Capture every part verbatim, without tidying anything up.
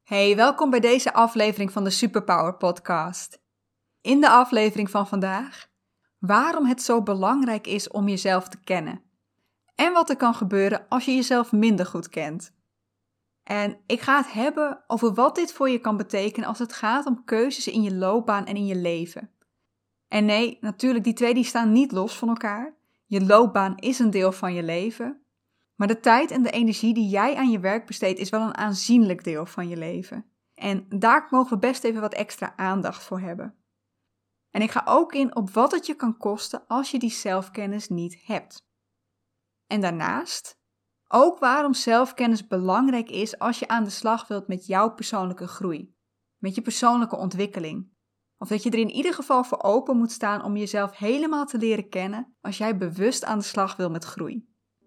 Hey, welkom bij deze aflevering van de Superpower Podcast. In de aflevering van vandaag, waarom het zo belangrijk is om jezelf te kennen. En wat er kan gebeuren als je jezelf minder goed kent. En ik ga het hebben over wat dit voor je kan betekenen als het gaat om keuzes in je loopbaan en in je leven. En nee, natuurlijk, die twee die staan niet los van elkaar. Je loopbaan is een deel van je leven. Maar de tijd en de energie die jij aan je werk besteedt is wel een aanzienlijk deel van je leven. En daar mogen we best even wat extra aandacht voor hebben. En ik ga ook in op wat het je kan kosten als je die zelfkennis niet hebt. En daarnaast ook waarom zelfkennis belangrijk is als je aan de slag wilt met jouw persoonlijke groei. Met je persoonlijke ontwikkeling. Of dat je er in ieder geval voor open moet staan om jezelf helemaal te leren kennen als jij bewust aan de slag wil met groei.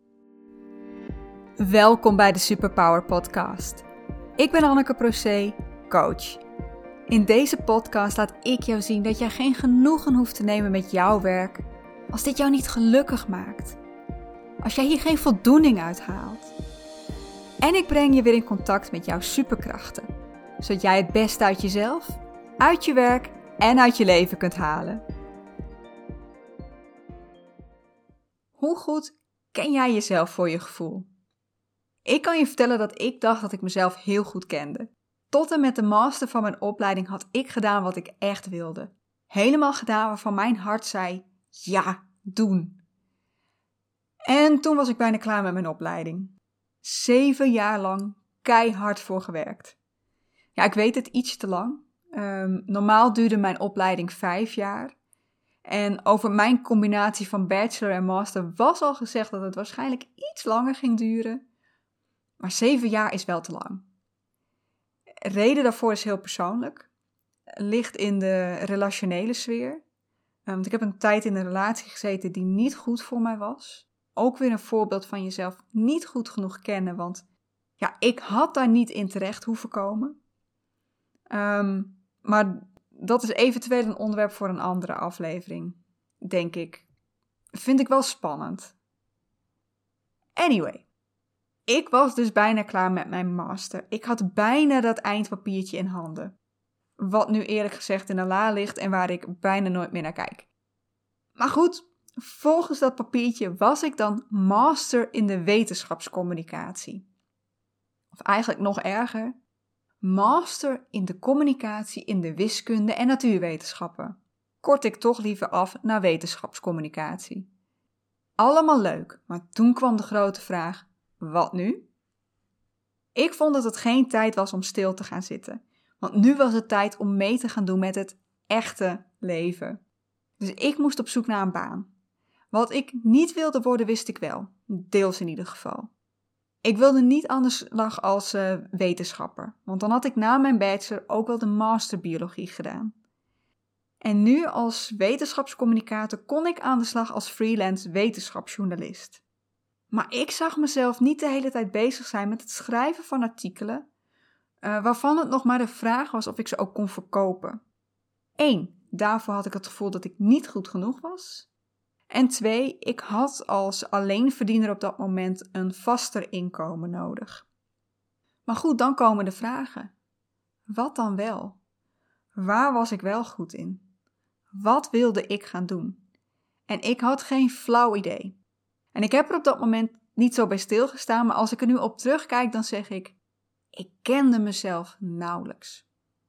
Welkom bij de Superpower Podcast. Ik ben Anneke Procé, coach. In deze podcast laat ik jou zien dat jij geen genoegen hoeft te nemen met jouw werk als dit jou niet gelukkig maakt. Als jij hier geen voldoening uit haalt. En ik breng je weer in contact met jouw superkrachten, zodat jij het beste uit jezelf, uit je werk en uit je leven kunt halen. Hoe goed ken jij jezelf voor je gevoel? Ik kan je vertellen dat ik dacht dat ik mezelf heel goed kende. Tot en met de master van mijn opleiding had ik gedaan wat ik echt wilde. Helemaal gedaan waarvan mijn hart zei, ja, doen. En toen was ik bijna klaar met mijn opleiding. Zeven jaar lang keihard voor gewerkt. Ja, ik weet het iets te lang. Um, normaal duurde mijn opleiding vijf jaar. En over mijn combinatie van bachelor en master was al gezegd dat het waarschijnlijk iets langer ging duren. Maar zeven jaar is wel te lang. De reden daarvoor is heel persoonlijk. Ligt in de relationele sfeer. Um, want ik heb een tijd in een relatie gezeten die niet goed voor mij was. Ook weer een voorbeeld van jezelf niet goed genoeg kennen. Want ja, ik had daar niet in terecht hoeven komen. Um, maar dat is eventueel een onderwerp voor een andere aflevering. Denk ik. Vind ik wel spannend. Anyway. Ik was dus bijna klaar met mijn master. Ik had bijna dat eindpapiertje in handen. Wat nu eerlijk gezegd in de la ligt en waar ik bijna nooit meer naar kijk. Maar goed, volgens dat papiertje was ik dan master in de wetenschapscommunicatie. Of eigenlijk nog erger, master in de communicatie in de wiskunde en natuurwetenschappen. Kort ik toch liever af naar wetenschapscommunicatie. Allemaal leuk, maar toen kwam de grote vraag. Wat nu? Ik vond dat het geen tijd was om stil te gaan zitten. Want nu was het tijd om mee te gaan doen met het echte leven. Dus ik moest op zoek naar een baan. Wat ik niet wilde worden wist ik wel. Deels in ieder geval. Ik wilde niet aan de slag als uh, wetenschapper. Want dan had ik na mijn bachelor ook wel de master biologie gedaan. En nu als wetenschapscommunicator kon ik aan de slag als freelance wetenschapsjournalist. Maar ik zag mezelf niet de hele tijd bezig zijn met het schrijven van artikelen, uh, waarvan het nog maar de vraag was of ik ze ook kon verkopen. Eén, daarvoor had ik het gevoel dat ik niet goed genoeg was. En twee, ik had als alleenverdiener op dat moment een vaster inkomen nodig. Maar goed, dan komen de vragen. Wat dan wel? Waar was ik wel goed in? Wat wilde ik gaan doen? En ik had geen flauw idee. En ik heb er op dat moment niet zo bij stilgestaan, maar als ik er nu op terugkijk, dan zeg ik, ik kende mezelf nauwelijks.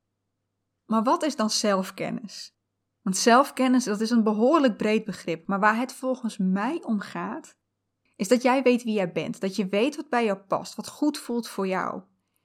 Maar wat is dan zelfkennis? Want zelfkennis, dat is een behoorlijk breed begrip, maar waar het volgens mij om gaat, is dat jij weet wie jij bent, dat je weet wat bij jou past, wat goed voelt voor jou.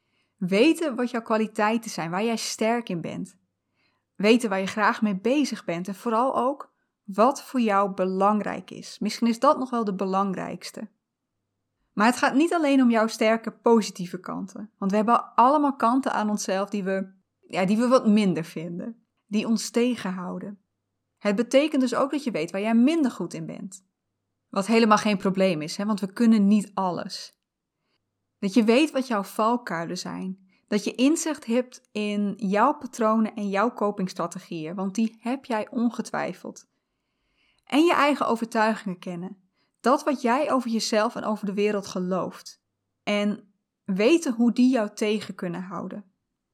Weten wat jouw kwaliteiten zijn, waar jij sterk in bent. Weten waar je graag mee bezig bent en vooral ook wat voor jou belangrijk is. Misschien is dat nog wel de belangrijkste. Maar het gaat niet alleen om jouw sterke positieve kanten. Want we hebben allemaal kanten aan onszelf die we, ja, die we wat minder vinden. Die ons tegenhouden. Het betekent dus ook dat je weet waar jij minder goed in bent. Wat helemaal geen probleem is, hè? Want we kunnen niet alles. Dat je weet wat jouw valkuilen zijn. Dat je inzicht hebt in jouw patronen en jouw copingstrategieën. Want die heb jij ongetwijfeld. En je eigen overtuigingen kennen. Dat wat jij over jezelf en over de wereld gelooft. En weten hoe die jou tegen kunnen houden.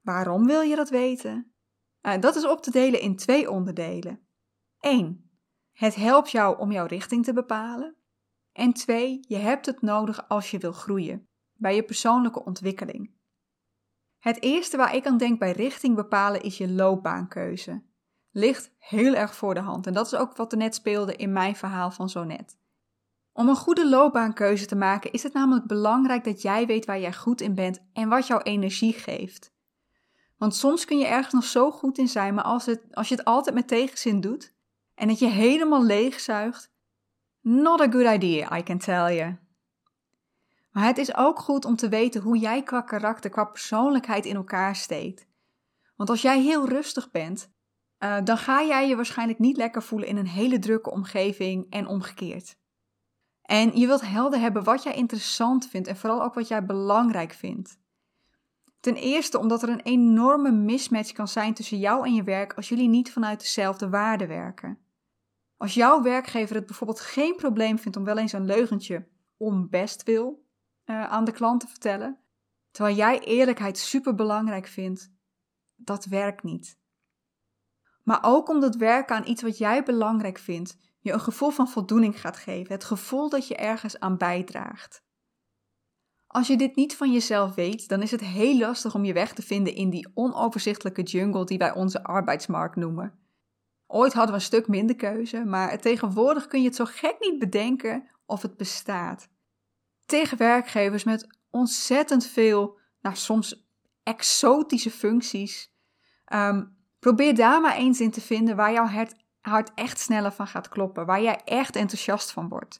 Waarom wil je dat weten? Uh, dat is op te delen in twee onderdelen. één. Het helpt jou om jouw richting te bepalen. En twee. Je hebt het nodig als je wil groeien, bij je persoonlijke ontwikkeling. Het eerste waar ik aan denk bij richting bepalen is je loopbaankeuze. Ligt heel erg voor de hand en dat is ook wat er net speelde in mijn verhaal van zo net. Om een goede loopbaankeuze te maken is het namelijk belangrijk dat jij weet waar jij goed in bent en wat jouw energie geeft. Want soms kun je ergens nog zo goed in zijn, maar als, het, als je het altijd met tegenzin doet en dat je helemaal leegzuigt, not a good idea, I can tell you. Maar het is ook goed om te weten hoe jij qua karakter, qua persoonlijkheid in elkaar steekt. Want als jij heel rustig bent, uh, dan ga jij je waarschijnlijk niet lekker voelen in een hele drukke omgeving en omgekeerd. En je wilt helder hebben wat jij interessant vindt en vooral ook wat jij belangrijk vindt. Ten eerste omdat er een enorme mismatch kan zijn tussen jou en je werk als jullie niet vanuit dezelfde waarden werken. Als jouw werkgever het bijvoorbeeld geen probleem vindt om wel eens een leugentje om bestwil uh, aan de klant te vertellen, terwijl jij eerlijkheid superbelangrijk vindt, dat werkt niet. Maar ook omdat werken aan iets wat jij belangrijk vindt, je een gevoel van voldoening gaat geven, het gevoel dat je ergens aan bijdraagt. Als je dit niet van jezelf weet, dan is het heel lastig om je weg te vinden in die onoverzichtelijke jungle die wij onze arbeidsmarkt noemen. Ooit hadden we een stuk minder keuze, maar tegenwoordig kun je het zo gek niet bedenken of het bestaat. Tegen werkgevers met ontzettend veel, nou soms exotische functies. Um, probeer daar maar eens in te vinden waar jouw hart, hart echt sneller van gaat kloppen, waar jij echt enthousiast van wordt.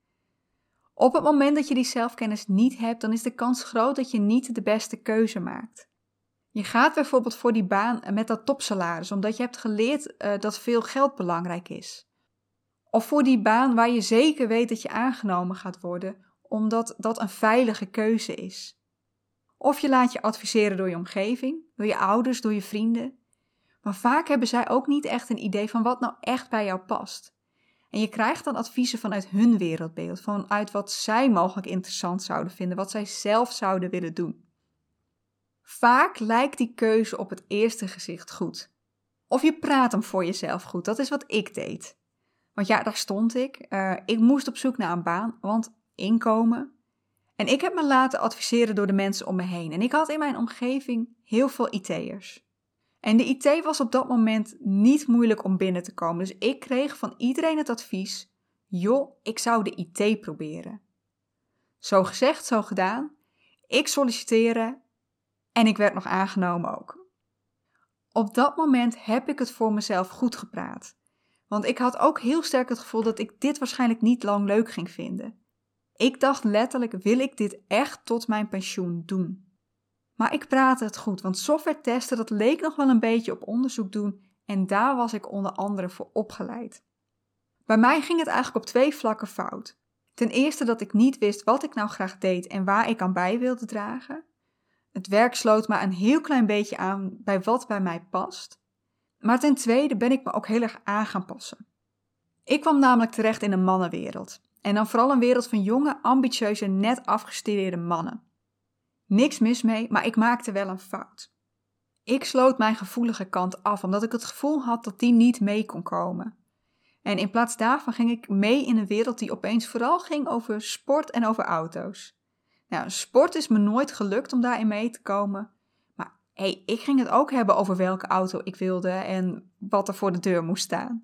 Op het moment dat je die zelfkennis niet hebt, dan is de kans groot dat je niet de beste keuze maakt. Je gaat bijvoorbeeld voor die baan met dat topsalaris, omdat je hebt geleerd uh, dat veel geld belangrijk is. Of voor die baan waar je zeker weet dat je aangenomen gaat worden, omdat dat een veilige keuze is. Of je laat je adviseren door je omgeving, door je ouders, door je vrienden. Maar vaak hebben zij ook niet echt een idee van wat nou echt bij jou past. En je krijgt dan adviezen vanuit hun wereldbeeld, vanuit wat zij mogelijk interessant zouden vinden, wat zij zelf zouden willen doen. Vaak lijkt die keuze op het eerste gezicht goed. Of je praat hem voor jezelf goed, dat is wat ik deed. Want ja, daar stond ik. Uh, ik moest op zoek naar een baan, want inkomen. En ik heb me laten adviseren door de mensen om me heen. En ik had in mijn omgeving heel veel I T'ers. En de I T was op dat moment niet moeilijk om binnen te komen. Dus ik kreeg van iedereen het advies, joh, ik zou de I T proberen. Zo gezegd, zo gedaan. Ik solliciteerde en ik werd nog aangenomen ook. Op dat moment heb ik het voor mezelf goed gepraat. Want ik had ook heel sterk het gevoel dat ik dit waarschijnlijk niet lang leuk ging vinden. Ik dacht letterlijk, wil ik dit echt tot mijn pensioen doen? Maar ik praatte het goed, want software testen, dat leek nog wel een beetje op onderzoek doen en daar was ik onder andere voor opgeleid. Bij mij ging het eigenlijk op twee vlakken fout. Ten eerste dat ik niet wist wat ik nou graag deed en waar ik aan bij wilde dragen. Het werk sloot me een heel klein beetje aan bij wat bij mij past. Maar ten tweede ben ik me ook heel erg aan gaan passen. Ik kwam namelijk terecht in een mannenwereld. En dan vooral een wereld van jonge, ambitieuze, net afgestudeerde mannen. Niks mis mee, maar ik maakte wel een fout. Ik sloot mijn gevoelige kant af, omdat ik het gevoel had dat die niet mee kon komen. En in plaats daarvan ging ik mee in een wereld die opeens vooral ging over sport en over auto's. Nou, sport is me nooit gelukt om daarin mee te komen. Maar hey, ik ging het ook hebben over welke auto ik wilde en wat er voor de deur moest staan.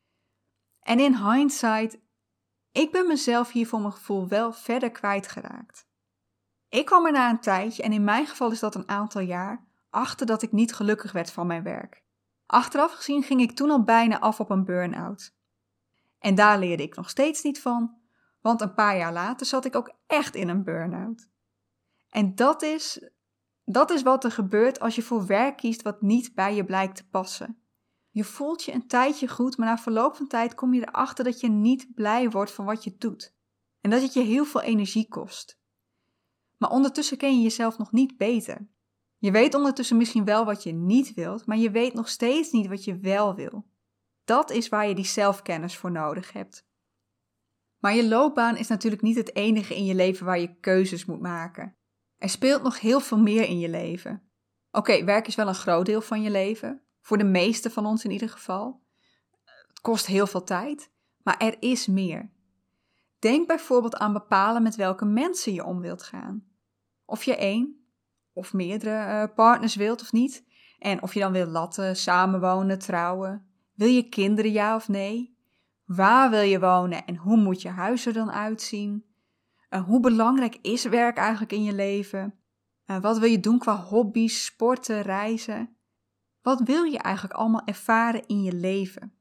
En in hindsight, ik ben mezelf hier voor mijn gevoel wel verder kwijtgeraakt. Ik kwam er na een tijdje, en in mijn geval is dat een aantal jaar, achter dat ik niet gelukkig werd van mijn werk. Achteraf gezien ging ik toen al bijna af op een burn-out. En daar leerde ik nog steeds niet van, want een paar jaar later zat ik ook echt in een burn-out. En dat is, dat is wat er gebeurt als je voor werk kiest wat niet bij je blijkt te passen. Je voelt je een tijdje goed, maar na verloop van tijd kom je erachter dat je niet blij wordt van wat je doet. En dat het je heel veel energie kost. Maar ondertussen ken je jezelf nog niet beter. Je weet ondertussen misschien wel wat je niet wilt, maar je weet nog steeds niet wat je wel wil. Dat is waar je die zelfkennis voor nodig hebt. Maar je loopbaan is natuurlijk niet het enige in je leven waar je keuzes moet maken. Er speelt nog heel veel meer in je leven. Oké, werk is wel een groot deel van je leven. Voor de meeste van ons in ieder geval. Het kost heel veel tijd, maar er is meer. Denk bijvoorbeeld aan bepalen met welke mensen je om wilt gaan. Of je één of meerdere uh, partners wilt of niet. En of je dan wilt latten, samenwonen, trouwen. Wil je kinderen, ja of nee? Waar wil je wonen en hoe moet je huis er dan uitzien? Uh, hoe belangrijk is werk eigenlijk in je leven? Uh, wat wil je doen qua hobby's, sporten, reizen? Wat wil je eigenlijk allemaal ervaren in je leven?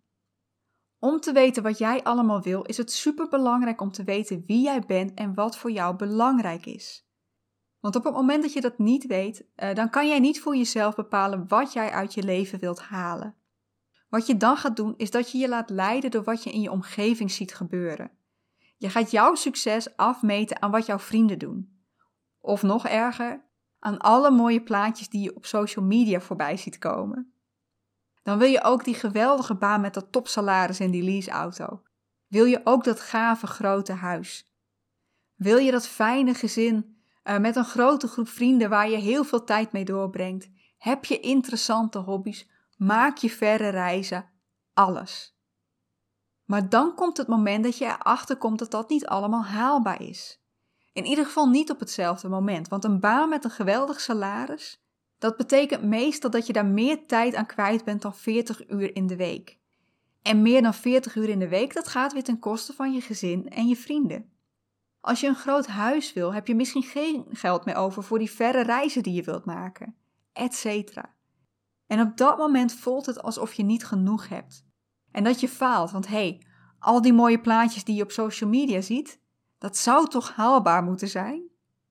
Om te weten wat jij allemaal wil, is het superbelangrijk om te weten wie jij bent en wat voor jou belangrijk is. Want op het moment dat je dat niet weet, uh, dan kan jij niet voor jezelf bepalen wat jij uit je leven wilt halen. Wat je dan gaat doen, is dat je je laat leiden door wat je in je omgeving ziet gebeuren. Je gaat jouw succes afmeten aan wat jouw vrienden doen. Of nog erger, aan alle mooie plaatjes die je op social media voorbij ziet komen. Dan wil je ook die geweldige baan met dat topsalaris en die leaseauto. Wil je ook dat gave grote huis. Wil je dat fijne gezin uh, met een grote groep vrienden waar je heel veel tijd mee doorbrengt. Heb je interessante hobby's. Maak je verre reizen. Alles. Maar dan komt het moment dat je erachter komt dat dat niet allemaal haalbaar is. In ieder geval niet op hetzelfde moment, want een baan met een geweldig salaris, dat betekent meestal dat je daar meer tijd aan kwijt bent dan veertig uur in de week. En meer dan veertig uur in de week, dat gaat weer ten koste van je gezin en je vrienden. Als je een groot huis wil, heb je misschien geen geld meer over voor die verre reizen die je wilt maken, et cetera. En op dat moment voelt het alsof je niet genoeg hebt. En dat je faalt, want hé, hey, al die mooie plaatjes die je op social media ziet, dat zou toch haalbaar moeten zijn?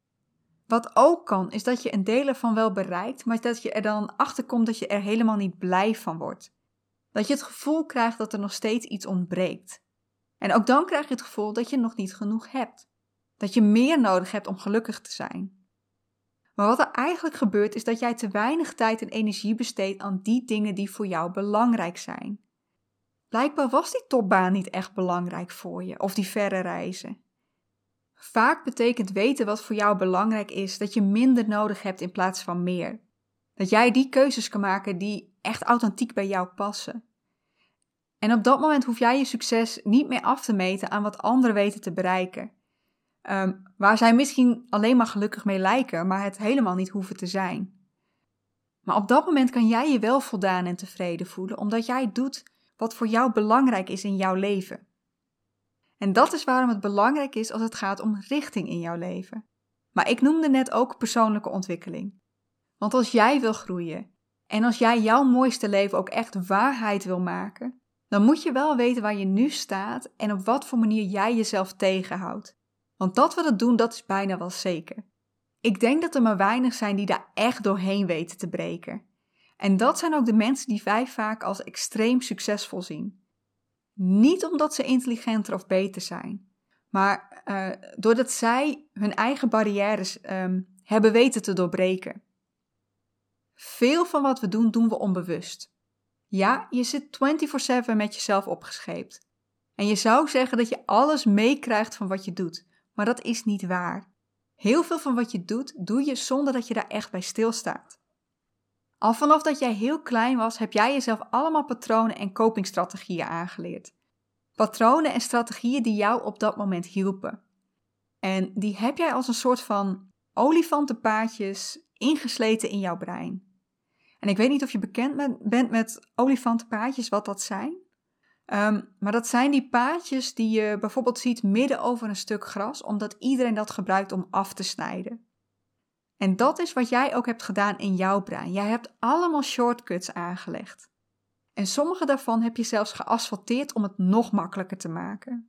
Wat ook kan, is dat je een deel ervan wel bereikt, maar dat je er dan achter komt dat je er helemaal niet blij van wordt. Dat je het gevoel krijgt dat er nog steeds iets ontbreekt. En ook dan krijg je het gevoel dat je nog niet genoeg hebt. Dat je meer nodig hebt om gelukkig te zijn. Maar wat er eigenlijk gebeurt, is dat jij te weinig tijd en energie besteedt aan die dingen die voor jou belangrijk zijn. Blijkbaar was die topbaan niet echt belangrijk voor je, of die verre reizen. Vaak betekent weten wat voor jou belangrijk is, dat je minder nodig hebt in plaats van meer. Dat jij die keuzes kan maken die echt authentiek bij jou passen. En op dat moment hoef jij je succes niet meer af te meten aan wat anderen weten te bereiken. Um, waar zij misschien alleen maar gelukkig mee lijken, maar het helemaal niet hoeven te zijn. Maar op dat moment kan jij je wel voldaan en tevreden voelen, omdat jij doet wat voor jou belangrijk is in jouw leven. En dat is waarom het belangrijk is als het gaat om richting in jouw leven. Maar ik noemde net ook persoonlijke ontwikkeling. Want als jij wil groeien en als jij jouw mooiste leven ook echt waarheid wil maken, dan moet je wel weten waar je nu staat en op wat voor manier jij jezelf tegenhoudt. Want dat we dat doen, dat is bijna wel zeker. Ik denk dat er maar weinig zijn die daar echt doorheen weten te breken. En dat zijn ook de mensen die wij vaak als extreem succesvol zien. Niet omdat ze intelligenter of beter zijn, maar uh, doordat zij hun eigen barrières um, hebben weten te doorbreken. Veel van wat we doen, doen we onbewust. Ja, je zit vierentwintig zeven met jezelf opgescheept. En je zou zeggen dat je alles meekrijgt van wat je doet, maar dat is niet waar. Heel veel van wat je doet, doe je zonder dat je daar echt bij stilstaat. Al vanaf dat jij heel klein was, heb jij jezelf allemaal patronen en copingstrategieën aangeleerd. Patronen en strategieën die jou op dat moment hielpen. En die heb jij als een soort van olifantenpaadjes ingesleten in jouw brein. En ik weet niet of je bekend met, bent met olifantenpaadjes, wat dat zijn. Um, maar dat zijn die paadjes die je bijvoorbeeld ziet midden over een stuk gras, omdat iedereen dat gebruikt om af te snijden. En dat is wat jij ook hebt gedaan in jouw brein. Jij hebt allemaal shortcuts aangelegd. En sommige daarvan heb je zelfs geasfalteerd om het nog makkelijker te maken.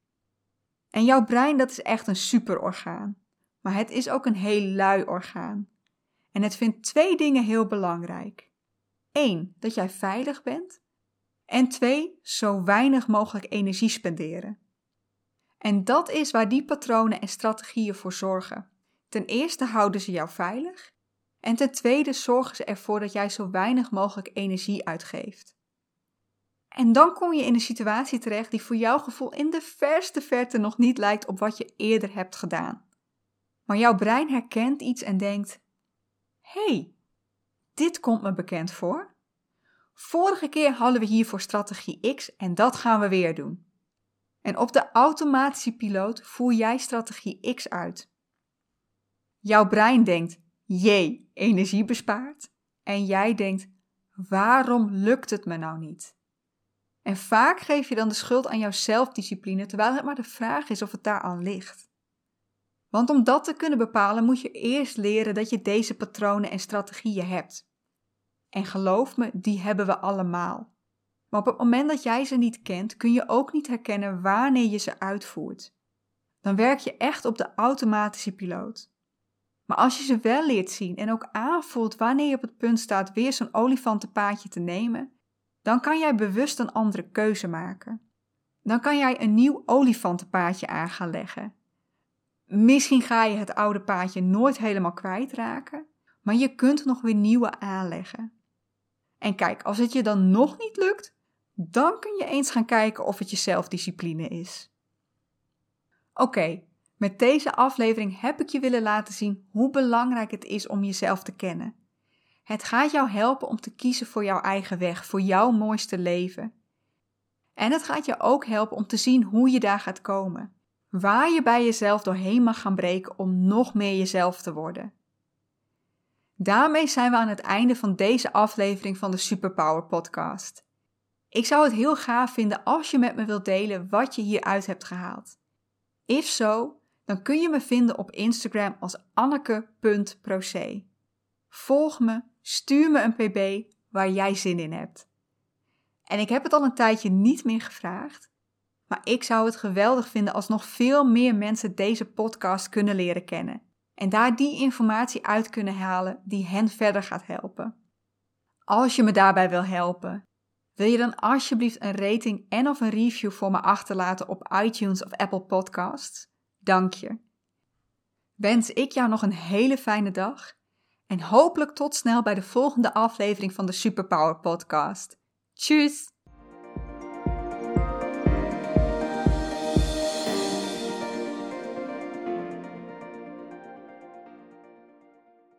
En jouw brein, dat is echt een superorgaan. Maar het is ook een heel lui orgaan. En het vindt twee dingen heel belangrijk. Eén, dat jij veilig bent. En twee, zo weinig mogelijk energie spenderen. En dat is waar die patronen en strategieën voor zorgen. Ten eerste houden ze jou veilig. En ten tweede zorgen ze ervoor dat jij zo weinig mogelijk energie uitgeeft. En dan kom je in een situatie terecht die voor jouw gevoel in de verste verte nog niet lijkt op wat je eerder hebt gedaan. Maar jouw brein herkent iets en denkt, hé, hey, dit komt me bekend voor. Vorige keer hadden we hiervoor strategie X en dat gaan we weer doen. En op de automatische piloot voer jij strategie X uit. Jouw brein denkt, jee, energie bespaard. En jij denkt, waarom lukt het me nou niet? En vaak geef je dan de schuld aan jouw zelfdiscipline, terwijl het maar de vraag is of het daar aan ligt. Want om dat te kunnen bepalen moet je eerst leren dat je deze patronen en strategieën hebt. En geloof me, die hebben we allemaal. Maar op het moment dat jij ze niet kent, kun je ook niet herkennen wanneer je ze uitvoert. Dan werk je echt op de automatische piloot. Maar als je ze wel leert zien en ook aanvoelt wanneer je op het punt staat weer zo'n olifantenpaadje te nemen, dan kan jij bewust een andere keuze maken. Dan kan jij een nieuw olifantenpaadje aan gaan leggen. Misschien ga je het oude paadje nooit helemaal kwijtraken, maar je kunt nog weer nieuwe aanleggen. En kijk, als het je dan nog niet lukt, dan kun je eens gaan kijken of het je zelfdiscipline is. Oké, okay, met deze aflevering heb ik je willen laten zien hoe belangrijk het is om jezelf te kennen. Het gaat jou helpen om te kiezen voor jouw eigen weg, voor jouw mooiste leven. En het gaat je ook helpen om te zien hoe je daar gaat komen. Waar je bij jezelf doorheen mag gaan breken om nog meer jezelf te worden. Daarmee zijn we aan het einde van deze aflevering van de Superpower Podcast. Ik zou het heel gaaf vinden als je met me wilt delen wat je hieruit hebt gehaald. If so, dan kun je me vinden op Instagram als anneke punt proce. Volg me, stuur me een pb waar jij zin in hebt. En ik heb het al een tijdje niet meer gevraagd, maar ik zou het geweldig vinden als nog veel meer mensen deze podcast kunnen leren kennen en daar die informatie uit kunnen halen die hen verder gaat helpen. Als je me daarbij wil helpen, wil je dan alsjeblieft een rating en of een review voor me achterlaten op iTunes of Apple Podcasts? Dank je. Wens ik jou nog een hele fijne dag en hopelijk tot snel bij de volgende aflevering van de Superpower Podcast. Tjus!